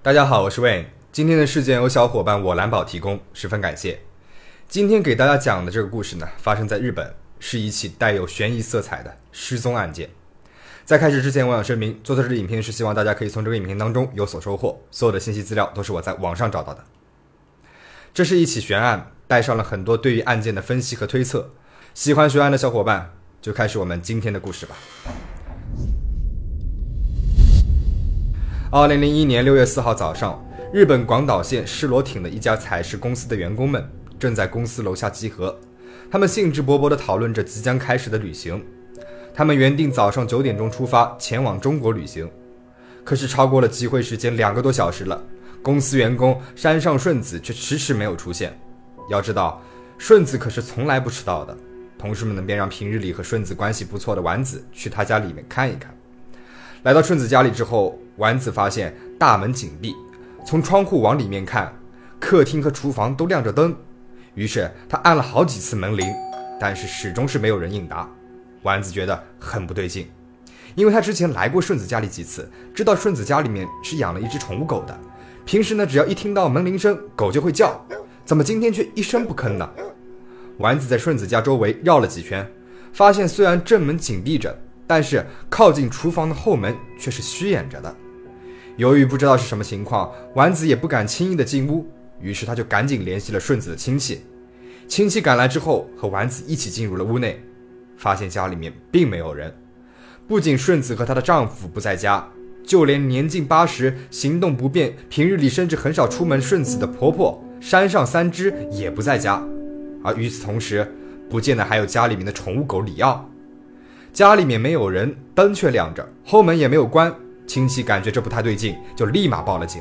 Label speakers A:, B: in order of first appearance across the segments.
A: 大家好，我是 Wayne。今天的事件由小伙伴我蓝宝提供，十分感谢。今天给大家讲的这个故事呢，发生在日本，是一起带有悬疑色彩的失踪案件。在开始之前，我想声明，做这支影片是希望大家可以从这个影片当中有所收获，所有的信息资料都是我在网上找到的。这是一起悬案，带上了很多对于案件的分析和推测。喜欢悬案的小伙伴，就开始我们今天的故事吧。2001年6月4号早上，日本广岛县失罗町的一家采石公司的员工们正在公司楼下集合，他们兴致勃勃地讨论着即将开始的旅行。他们原定早上9点钟出发前往中国旅行，可是超过了集会时间2个多小时了，公司员工山上顺子却迟迟没有出现。要知道，顺子可是从来不迟到的。同事们便让平日里和顺子关系不错的丸子去他家里面看一看。来到顺子家里之后，丸子发现大门紧闭，从窗户往里面看，客厅和厨房都亮着灯。于是他按了好几次门铃，但是始终是没有人应答。丸子觉得很不对劲，因为他之前来过顺子家里几次，知道顺子家里面是养了一只宠物狗的。平时呢，只要一听到门铃声，狗就会叫，怎么今天却一声不吭呢？丸子在顺子家周围绕了几圈，发现虽然正门紧闭着，但是靠近厨房的后门却是虚掩着的。由于不知道是什么情况，丸子也不敢轻易的进屋，于是他就赶紧联系了顺子的亲戚。亲戚赶来之后，和丸子一起进入了屋内，发现家里面并没有人。不仅顺子和她的丈夫不在家，就连年近80、行动不便、平日里甚至很少出门顺子的婆婆山上三只也不在家。而与此同时，不见的还有家里面的宠物狗里奥。家里面没有人，灯却亮着，后门也没有关。亲戚感觉这不太对劲，就立马报了警。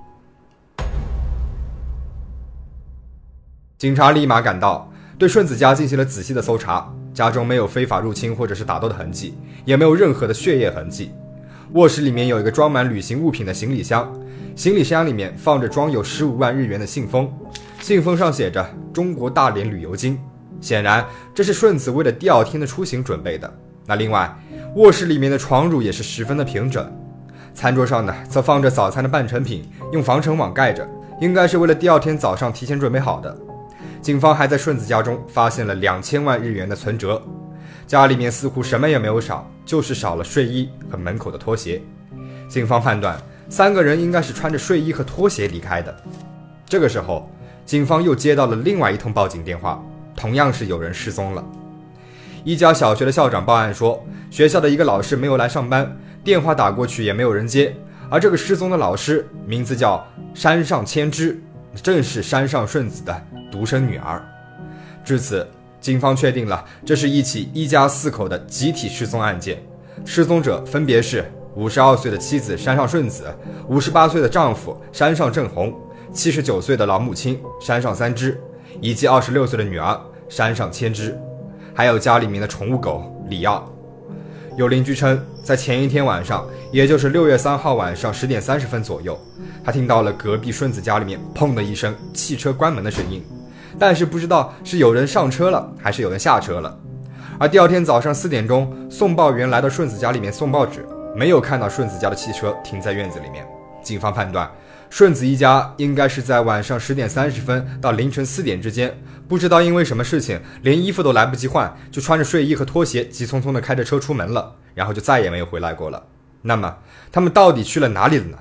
A: 警察立马赶到，对顺子家进行了仔细的搜查，家中没有非法入侵或者是打斗的痕迹，也没有任何的血液痕迹。卧室里面有一个装满旅行物品的行李箱，行李箱里面放着装有15万日元的信封，信封上写着中国大连旅游经，显然这是顺子为了第2天的出行准备的。那另外，卧室里面的床褥也是十分的平整，餐桌上呢则放着早餐的半成品，用防尘网盖着，应该是为了第2天早上提前准备好的。警方还在顺子家中发现了2000万日元的存折，家里面似乎什么也没有少，就是少了睡衣和门口的拖鞋。警方判断3个人应该是穿着睡衣和拖鞋离开的。这个时候，警方又接到了另外一通报警电话，同样是有人失踪了。一家小学的校长报案说，学校的一个老师没有来上班，电话打过去也没有人接，而这个失踪的老师名字叫山上千枝，正是山上顺子的独生女儿。至此，警方确定了这是一起一家4口的集体失踪案件，失踪者分别是52岁的妻子山上顺子、58岁的丈夫山上正弘、79岁的老母亲山上三枝，以及26岁的女儿山上千枝，还有家里面的宠物狗里奥。有邻居称，在前一天晚上，也就是6月3号晚上10点30分左右，他听到了隔壁顺子家里面砰的一声汽车关门的声音，但是不知道是有人上车了还是有人下车了。而第2天早上4点钟，送报员来到顺子家里面送报纸，没有看到顺子家的汽车停在院子里面。警方判断，顺子一家应该是在晚上10点30分到凌晨4点之间，不知道因为什么事情，连衣服都来不及换，就穿着睡衣和拖鞋急匆匆地开着车出门了，然后就再也没有回来过了。那么他们到底去了哪里了呢？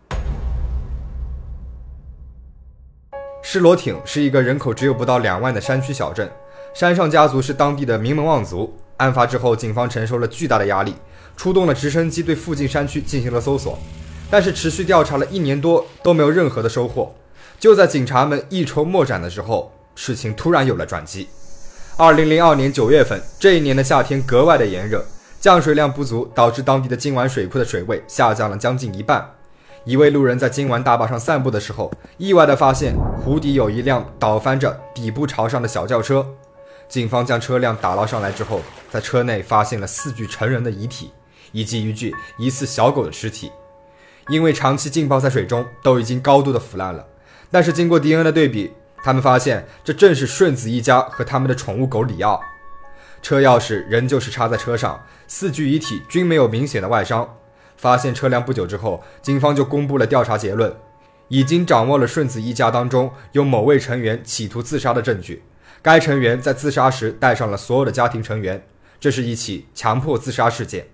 A: 失罗町是一个人口只有不到2万的山区小镇，山上家族是当地的名门望族。案发之后，警方承受了巨大的压力，出动了直升机对附近山区进行了搜索，但是持续调查了1年多都没有任何的收获。就在警察们一筹莫展的时候，事情突然有了转机。2002年9月份，这一年的夏天格外的炎热，降水量不足，导致当地的金丸水库的水位下降了将近1半。一位路人在金丸大坝上散步的时候，意外地发现湖底有一辆倒翻着底部朝上的小轿车。警方将车辆打捞上来之后，在车内发现了4具成人的遗体，以及1具疑似小狗的尸体。因为长期浸泡在水中，都已经高度的腐烂了，但是经过 DNA 的对比，他们发现这正是顺子一家和他们的宠物狗里奥。车钥匙仍旧是插在车上，4具遗体均没有明显的外伤。发现车辆不久之后，警方就公布了调查结论， 已经掌握了顺子一家当中有某位成员企图自杀的证据。该成员在自杀时带上了所有的家庭成员，这是一起强迫自杀事件。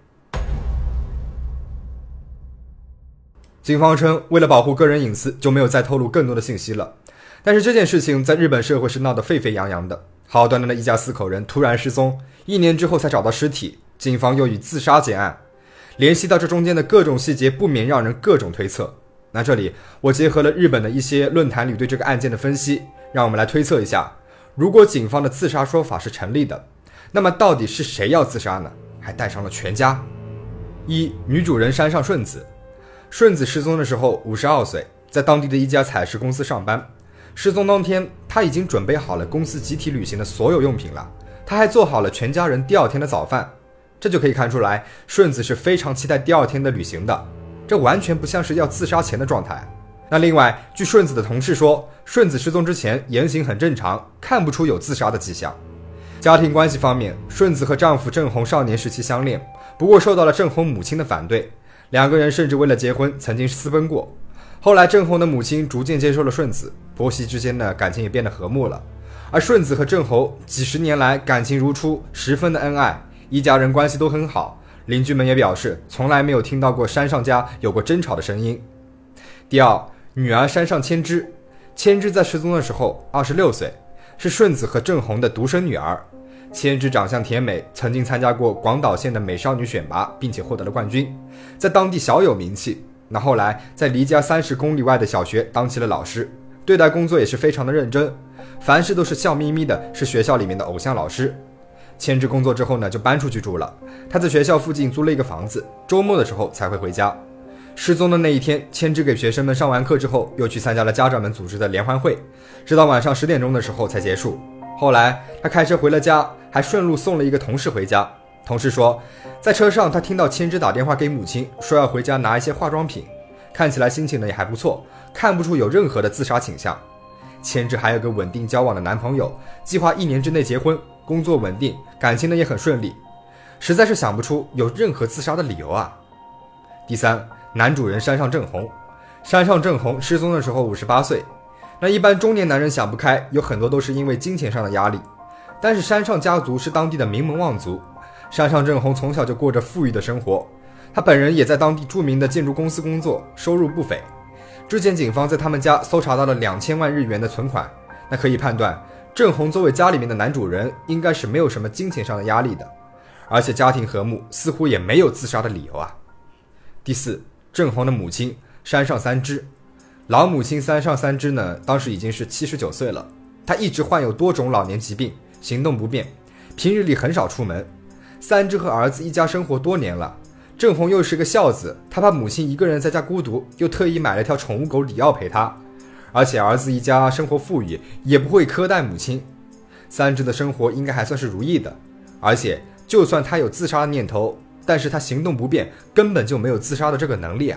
A: 警方称，为了保护个人隐私，就没有再透露更多的信息了。但是这件事情在日本社会是闹得沸沸扬扬的，好端端的一家4口人突然失踪，1年之后才找到尸体，警方又以自杀结案，联系到这中间的各种细节，不免让人各种推测。那这里我结合了日本的一些论坛里对这个案件的分析，让我们来推测一下，如果警方的自杀说法是成立的，那么到底是谁要自杀呢？还带上了全家。一、女主人山上顺子。顺子失踪的时候52岁，在当地的一家采石公司上班。失踪当天，他已经准备好了公司集体旅行的所有用品了，他还做好了全家人第2天的早饭。这就可以看出来，顺子是非常期待第2天的旅行的，这完全不像是要自杀前的状态。那另外，据顺子的同事说，顺子失踪之前言行很正常，看不出有自杀的迹象。家庭关系方面，顺子和丈夫郑红少年时期相恋，不过受到了郑红母亲的反对，2个人甚至为了结婚曾经私奔过。后来郑红的母亲逐渐接受了顺子，婆媳之间的感情也变得和睦了。而顺子和郑红几十年来感情如初，十分的恩爱，一家人关系都很好，邻居们也表示从来没有听到过山上家有过争吵的声音。第二，女儿山上千枝。千枝在失踪的时候26岁，是顺子和郑红的独生女儿。千枝长相甜美，曾经参加过广岛县的美少女选拔，并且获得了冠军，在当地小有名气。那后来在离家30公里外的小学当起了老师，对待工作也是非常的认真，凡事都是笑眯眯的，是学校里面的偶像老师。千枝工作之后呢，就搬出去住了，他在学校附近租了一个房子，周末的时候才会回家。失踪的那一天，千枝给学生们上完课之后，又去参加了家长们组织的联欢会，直到晚上10点钟的时候才结束。后来他开车回了家，还顺路送了一个同事回家。同事说，在车上他听到千枝打电话给母亲，说要回家拿一些化妆品，看起来心情呢也还不错，看不出有任何的自杀倾向。千枝还有个稳定交往的男朋友，计划1年之内结婚，工作稳定，感情呢也很顺利，实在是想不出有任何自杀的理由啊。第三，男主人山上正弘。山上正弘失踪的时候58岁，那一般中年男人想不开，有很多都是因为金钱上的压力，但是山上家族是当地的名门望族，山上正弘从小就过着富裕的生活，他本人也在当地著名的建筑公司工作，收入不菲。之前警方在他们家搜查到了2000万日元的存款，那可以判断正弘作为家里面的男主人，应该是没有什么金钱上的压力的，而且家庭和睦，似乎也没有自杀的理由啊。第四，正弘的母亲山上三枝。老母亲山上三枝呢，当时已经是79岁了，她一直患有多种老年疾病，行动不便，平日里很少出门。三枝和儿子一家生活多年了，正弘又是个孝子，他怕母亲一个人在家孤独，又特意买了条宠物狗里奥陪她。而且儿子一家生活富裕，也不会苛待母亲。三枝的生活应该还算是如意的，而且就算他有自杀的念头，但是他行动不便，根本就没有自杀的这个能力啊。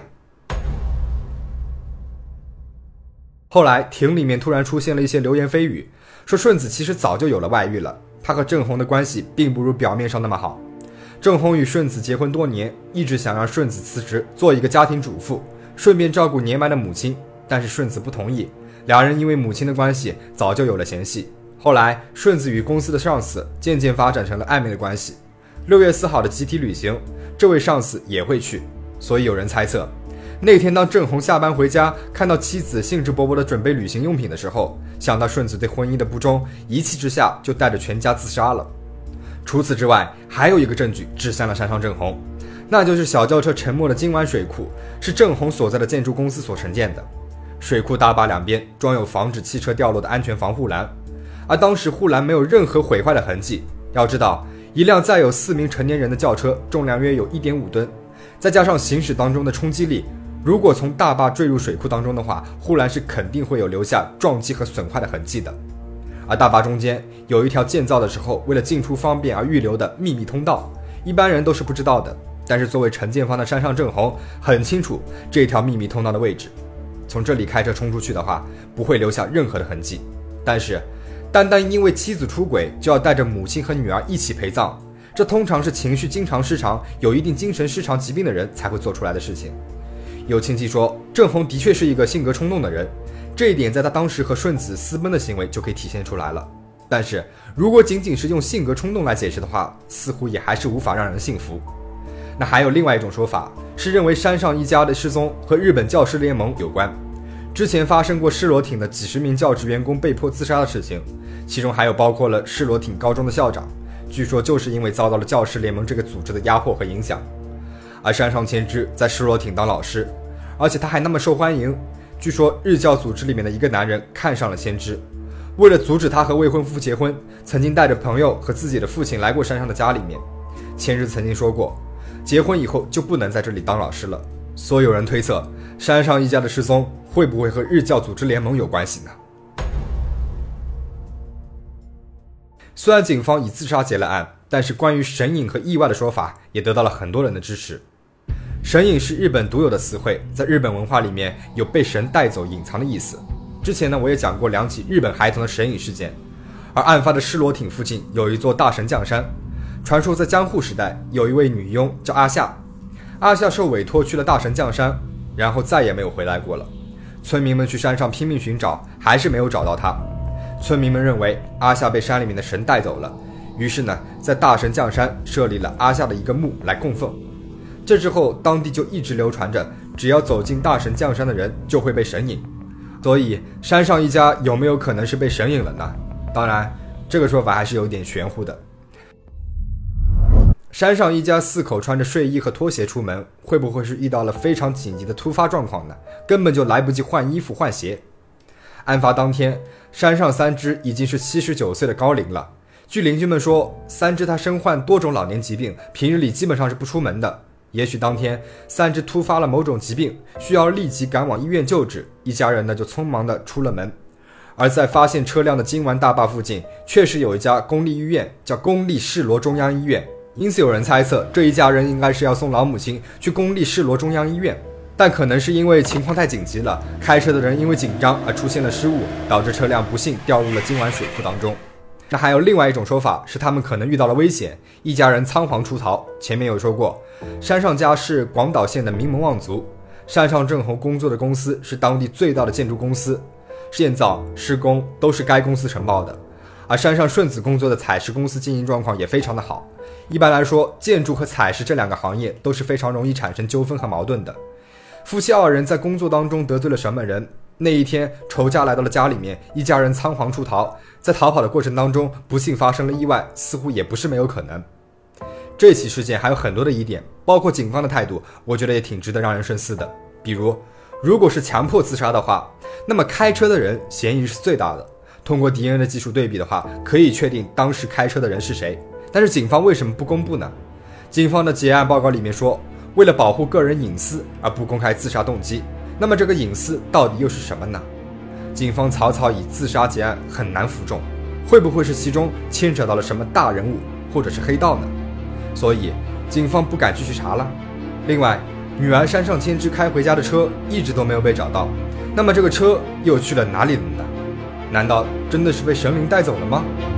A: 后来庭里面突然出现了一些流言蜚语，说顺子其实早就有了外遇了，他和正弘的关系并不如表面上那么好。正弘与顺子结婚多年，一直想让顺子辞职做一个家庭主妇，顺便照顾年迈的母亲，但是顺子不同意，两人因为母亲的关系早就有了嫌隙。后来顺子与公司的上司渐渐发展成了暧昧的关系。6月4号的集体旅行，这位上司也会去，所以有人猜测，那天当正弘下班回家，看到妻子兴致勃勃地准备旅行用品的时候，想到顺子对婚姻的不忠，一气之下就带着全家自杀了。除此之外，还有一个证据指向了山上正弘，那就是小轿车沉没的今晚水库是正弘所在的建筑公司所承建的。水库大坝两边装有防止汽车掉落的安全防护栏，而当时护栏没有任何毁坏的痕迹。要知道，一辆载有4名成年人的轿车重量约有 1.5 吨，再加上行驶当中的冲击力，如果从大坝坠入水库当中的话，护栏是肯定会有留下撞击和损坏的痕迹的。而大坝中间有一条建造的时候为了进出方便而预留的秘密通道，一般人都是不知道的，但是作为承建方的山上正弘很清楚这条秘密通道的位置，从这里开车冲出去的话不会留下任何的痕迹。但是单单因为妻子出轨就要带着母亲和女儿一起陪葬，这通常是情绪经常失常，有一定精神失常疾病的人才会做出来的事情。 有亲戚说，郑红的确是一个性格冲动的人，这一点在他当时和顺子私奔的行为就可以体现出来了。但是如果仅仅是用性格冲动来解释的话，似乎也还是无法让人信服。那还有另外一种说法，是认为山上一家的失踪和日本教师联盟有关。之前发生过士罗町的几十名教职员工被迫自杀的事情，其中还有包括了士罗町高中的校长，据说就是因为遭到了教师联盟这个组织的压迫和影响。而山上千之在士罗町当老师，而且他还那么受欢迎，据说日教组织里面的一个男人看上了千之，为了阻止他和未婚夫结婚，曾经带着朋友和自己的父亲来过山上的家里面。千之曾经说过，结婚以后就不能在这里当老师了。所以有人推测，山上一家的失踪会不会和日教组织联盟有关系呢？虽然警方以自杀结了案，但是关于神隐和意外的说法也得到了很多人的支持。神隐是日本独有的词汇，在日本文化里面有被神带走隐藏的意思。之前呢，我也讲过2起日本孩童的神隐事件，而案发的士罗町附近有一座大神将山，传说在江户时代有一位女佣叫阿夏，阿夏受委托去了大神将山，然后再也没有回来过了。村民们去山上拼命寻找，还是没有找到她。村民们认为阿夏被山里面的神带走了，于是呢，在大神将山设立了阿夏的一个墓来供奉。这之后当地就一直流传着，只要走进大神将山的人就会被神隐。所以山上一家有没有可能是被神隐了呢？当然这个说法还是有点玄乎的。山上一家4口穿着睡衣和拖鞋出门，会不会是遇到了非常紧急的突发状况呢？根本就来不及换衣服换鞋。案发当天，山上三只已经是79岁的高龄了。据邻居们说，三只他身患多种老年疾病，平日里基本上是不出门的。也许当天三只突发了某种疾病，需要立即赶往医院救治，一家人呢就匆忙的出了门。而在发现车辆的金丸大坝附近，确实有一家公立医院，叫公立士罗中央医院，因此有人猜测这一家人应该是要送老母亲去公立士罗中央医院，但可能是因为情况太紧急了，开车的人因为紧张而出现了失误，导致车辆不幸掉入了金丸水库当中。那还有另外一种说法，是他们可能遇到了危险，一家人仓皇出逃。前面有说过，山上家是广岛县的名门望族，山上正弘工作的公司是当地最大的建筑公司，建造施工都是该公司承包的。而山上顺子工作的采石公司经营状况也非常的好。一般来说，建筑和采石这2个行业都是非常容易产生纠纷和矛盾的。夫妻2人在工作当中得罪了什么人，那一天仇家来到了家里面，一家人仓皇出逃，在逃跑的过程当中不幸发生了意外，似乎也不是没有可能。这起事件还有很多的疑点，包括警方的态度，我觉得也挺值得让人深思的。比如，如果是强迫自杀的话，那么开车的人嫌疑是最大的，通过 DNA 的技术对比的话，可以确定当时开车的人是谁。但是警方为什么不公布呢？警方的结案报告里面说，为了保护个人隐私而不公开自杀动机，那么这个隐私到底又是什么呢？警方草草以自杀结案很难服众，会不会是其中牵扯到了什么大人物或者是黑道呢？所以警方不敢继续查了。另外，女儿山上千之开回家的车一直都没有被找到，那么这个车又去了哪里了呢？难道真的是被神灵带走了吗？